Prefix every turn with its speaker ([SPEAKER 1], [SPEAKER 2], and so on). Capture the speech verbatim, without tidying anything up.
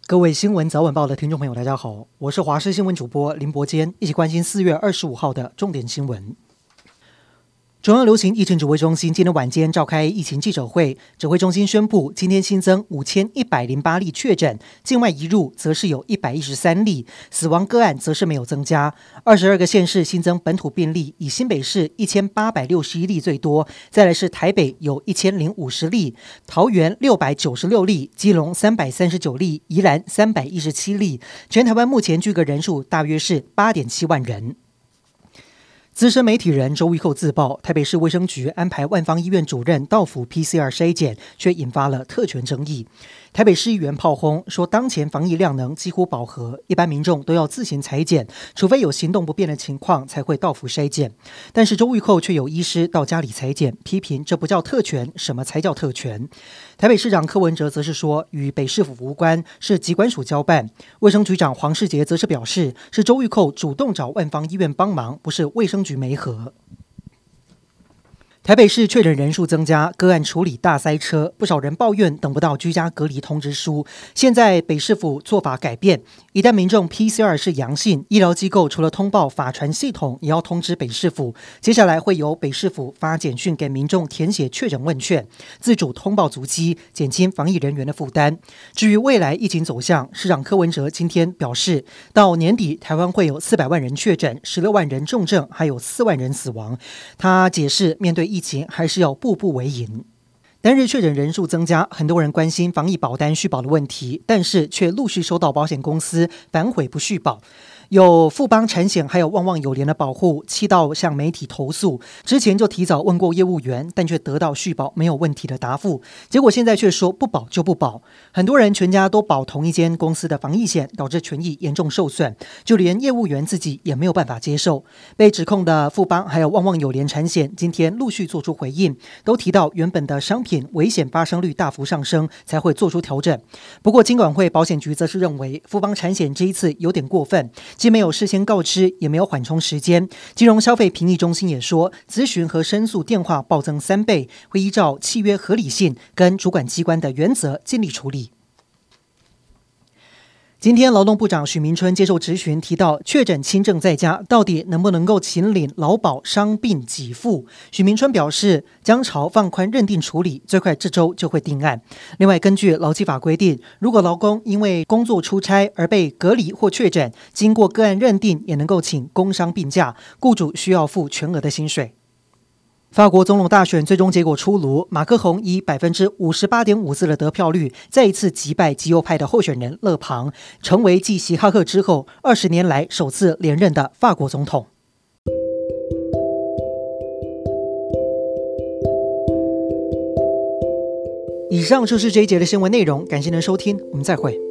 [SPEAKER 1] 各位新闻早晚报的听众朋友，大家好，我是华视新闻主播林伯坚，一起关心四月二十五号的重点新闻。中央流行疫情指挥中心今天晚间召开疫情记者会，指挥中心宣布，今天新增五千一百零八例确诊，境外移入则是有一百一十三例，死亡个案则是没有增加。二十二个县市新增本土病例，以新北市一千八百六十一例最多，再来是台北有一千零五十例，桃园六百九十六例，基隆三百三十九例，宜兰三百一十七例。全台湾目前居隔人数大约是八点七万人。资深媒体人周玉蔻自曝，台北市卫生局安排万芳医院主任到府 P C R 筛检，却引发了特权争议。台北市议员炮轰说，当前防疫量能几乎饱和，一般民众都要自行采检，除非有行动不便的情况才会到府筛检。但是周玉蔻却有医师到家里采检，批评这不叫特权，什么才叫特权？台北市长柯文哲则是说，与北市府无关，是疾管署交办。卫生局长黄世杰则是表示，是周玉蔻主动找万芳医院帮忙，不是卫生局媒合。台北市确诊人数增加，个案处理大塞车，不少人抱怨等不到居家隔离通知书。现在北市府做法改变，一旦民众 P C R 是阳性，医疗机构除了通报法传系统，也要通知北市府。接下来会由北市府发简讯给民众填写确诊问卷，自主通报足迹，减轻防疫人员的负担。至于未来疫情走向，市长柯文哲今天表示，到年底台湾会有四百万人确诊，十六万人重症，还有四万人死亡。他解释，面对疫情还是要步步为营。单日确诊人数增加，很多人关心防疫保单续保的问题，但是却陆续收到保险公司反悔不续保。有富邦产险还有旺旺友联的保护，气到向媒体投诉，之前就提早问过业务员，但却得到续保没有问题的答复，结果现在却说不保就不保。很多人全家都保同一间公司的防疫险，导致权益严重受损，就连业务员自己也没有办法接受。被指控的富邦还有旺旺友联产险今天陆续做出回应，都提到原本的商品危险发生率大幅上升，才会做出调整。不过金管会保险局则是认为，富邦产险这一次有点过分，既没有事先告知，也没有缓冲时间。金融消费评议中心也说，咨询和申诉电话暴增三倍，会依照契约合理性跟主管机关的原则尽力处理。今天劳动部长许明春接受质询，提到确诊轻症在家到底能不能够请领劳保伤病给付。许明春表示，将朝放宽认定处理，最快这周就会定案。另外，根据劳基法规定，如果劳工因为工作出差而被隔离或确诊，经过个案认定，也能够请工伤病假，雇主需要付全额的薪水。法国总统大选最终结果出炉，马克宏以 百分之五十八点五四 的得票率，再一次击败极右派的候选人勒庞，成为继希哈克之后二十年来首次连任的法国总统。以上就是这一节的新闻内容，感谢您的收听，我们再会。